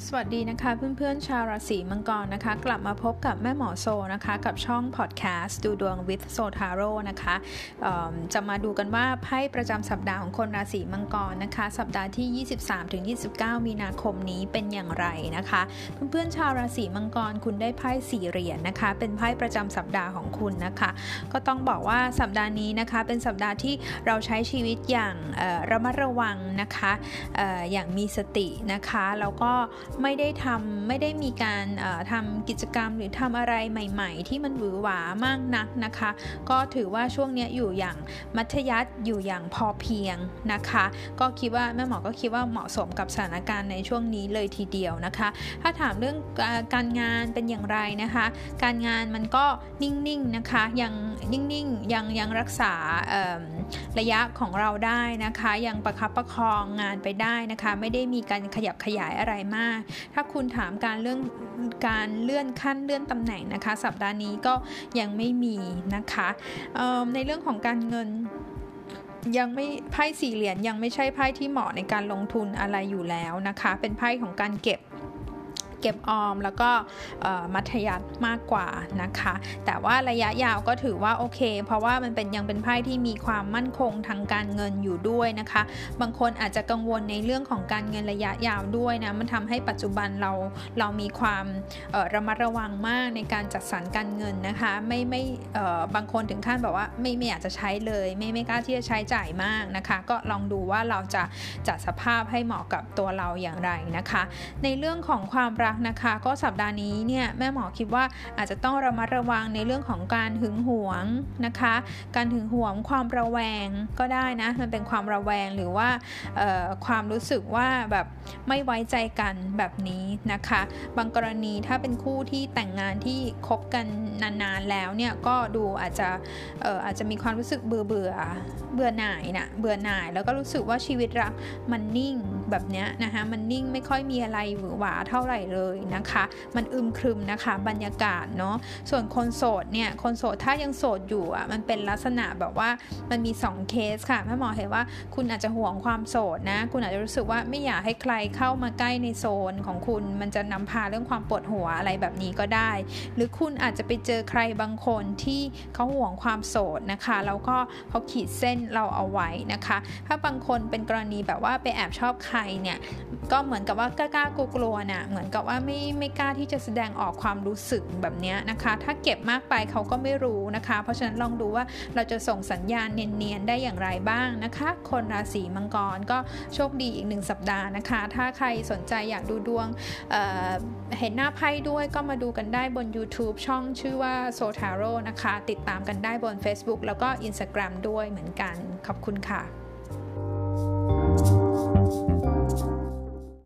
สวัสดีนะคะเพื่อนๆชาวราศีมังกรนะคะกลับมาพบกับแม่หมอโซนะคะกับช่องพอดแคสต์ดูดวง with Soul Tarot นะคะจะมาดูกันว่าไพ่ประจำสัปดาห์ของคนราศีมังกรนะคะสัปดาห์ที่ 23-29 มีนาคมนี้เป็นอย่างไรนะคะเพื่อนๆชาวราศีมังกรคุณได้ไพ่4เหรียญนะคะเป็นไพ่ประจำสัปดาห์ของคุณนะคะก็ต้องบอกว่าสัปดาห์นี้นะคะเป็นสัปดาห์ที่เราใช้ชีวิตอย่างระมัดระวังนะคะอย่างมีสตินะคะแล้วก็ไม่ได้มีการทำกิจกรรมหรือทำอะไรใหม่ๆที่มันหวือหวามากนักนะคะก็ถือว่าช่วงนี้อยู่อย่างมัธยัสถ์อยู่อย่างพอเพียงนะคะก็คิดว่าแม่หมอก็คิดว่าเหมาะสมกับสถานการณ์ในช่วงนี้เลยทีเดียวนะคะถ้าถามเรื่องการงานเป็นอย่างไรนะคะการงานมันก็นิ่งๆนะคะยังนิ่งๆยังรักษาระยะของเราได้นะคะยังประคับประคองงานไปได้นะคะไม่ได้มีการขยับขยายอะไรมากถ้าคุณถามการเลื่อนขั้นเลื่อนตำแหน่งนะคะสัปดาห์นี้ก็ยังไม่มีนะคะในเรื่องของการเงินยังไม่ไพ่4เหรียญยังไม่ใช่ไพ่ที่เหมาะในการลงทุนอะไรอยู่แล้วนะคะเป็นไพ่ของการเก็บออมแล้วก็มัธยัสถ์มากกว่านะคะแต่ว่าระยะยาวก็ถือว่าโอเคเพราะว่ามันยังเป็นไพ่ที่มีความมั่นคงทางการเงินอยู่ด้วยนะคะบางคนอาจจะกังวลในเรื่องของการเงินระยะยาวด้วยนะมันทำให้ปัจจุบันเรามีความระมัดระวังมากในการจัดสรรการเงินนะคะไม่บางคนถึงขั้นแบบว่าไม่อยากจะใช้เลยไม่กล้าที่จะใช้จ่ายมากนะคะก็ลองดูว่าเราจะจัดสภาพให้เหมาะกับตัวเราอย่างไรนะคะในเรื่องของความรักนะคะก็สัปดาห์นี้เนี่ยแม่หมอคิดว่าอาจจะต้องระมัดระวังในเรื่องของการหึงหวงนะคะการหึงหวงความระแวงก็ได้นะมันเป็นความระแวงหรือว่าความรู้สึกว่าแบบไม่ไว้ใจกันแบบนี้นะคะบางกรณีถ้าเป็นคู่ที่แต่งงานที่คบกันนานๆแล้วเนี่ยก็ดูอาจจะมีความรู้สึกเบื่อหน่ายแล้วก็รู้สึกว่าชีวิตรักมันนิ่งแบบเนี้ยนะคะมันนิ่งไม่ค่อยมีอะไรหวือหวาเท่าไหร่เลยนะคะมันอึมครึมนะคะบรรยากาศเนาะส่วนคนโสดเนี่ยคนโสดถ้ายังโสดอยู่มันเป็นลักษณะแบบว่ามันมี2เคสค่ะแม่หมอเห็นว่าคุณอาจจะห่วงความโสดนะคุณอาจจะรู้สึกว่าไม่อยากให้ใครเข้ามาใกล้ในโซนของคุณมันจะนำพาเรื่องความปวดหัวอะไรแบบนี้ก็ได้หรือคุณอาจจะไปเจอใครบางคนที่เขาห่วงความโสดนะคะแล้วก็เขาขีดเส้นเราเอาไว้นะคะถ้าบางคนเป็นกรณีแบบว่าไปแอบชอบใครเนี่ยก็เหมือนกับว่ากล้ากลัวๆนะเหมือนกับว่าไม่กล้าที่จะแสดงออกความรู้สึกแบบนี้นะคะถ้าเก็บมากไปเขาก็ไม่รู้นะคะเพราะฉะนั้นลองดูว่าเราจะส่งสัญญาณเนียนๆได้อย่างไรบ้างนะคะคนราศีมังกรก็โชคดีอีก1สัปดาห์นะคะถ้าใครสนใจอยากดูดวงเห็นหน้าไพ่ด้วยก็มาดูกันได้บน YouTube ช่องชื่อว่า Soul Tarot นะคะติดตามกันได้บน Facebook แล้วก็ Instagram ด้วยเหมือนกันขอบคุณค่ะ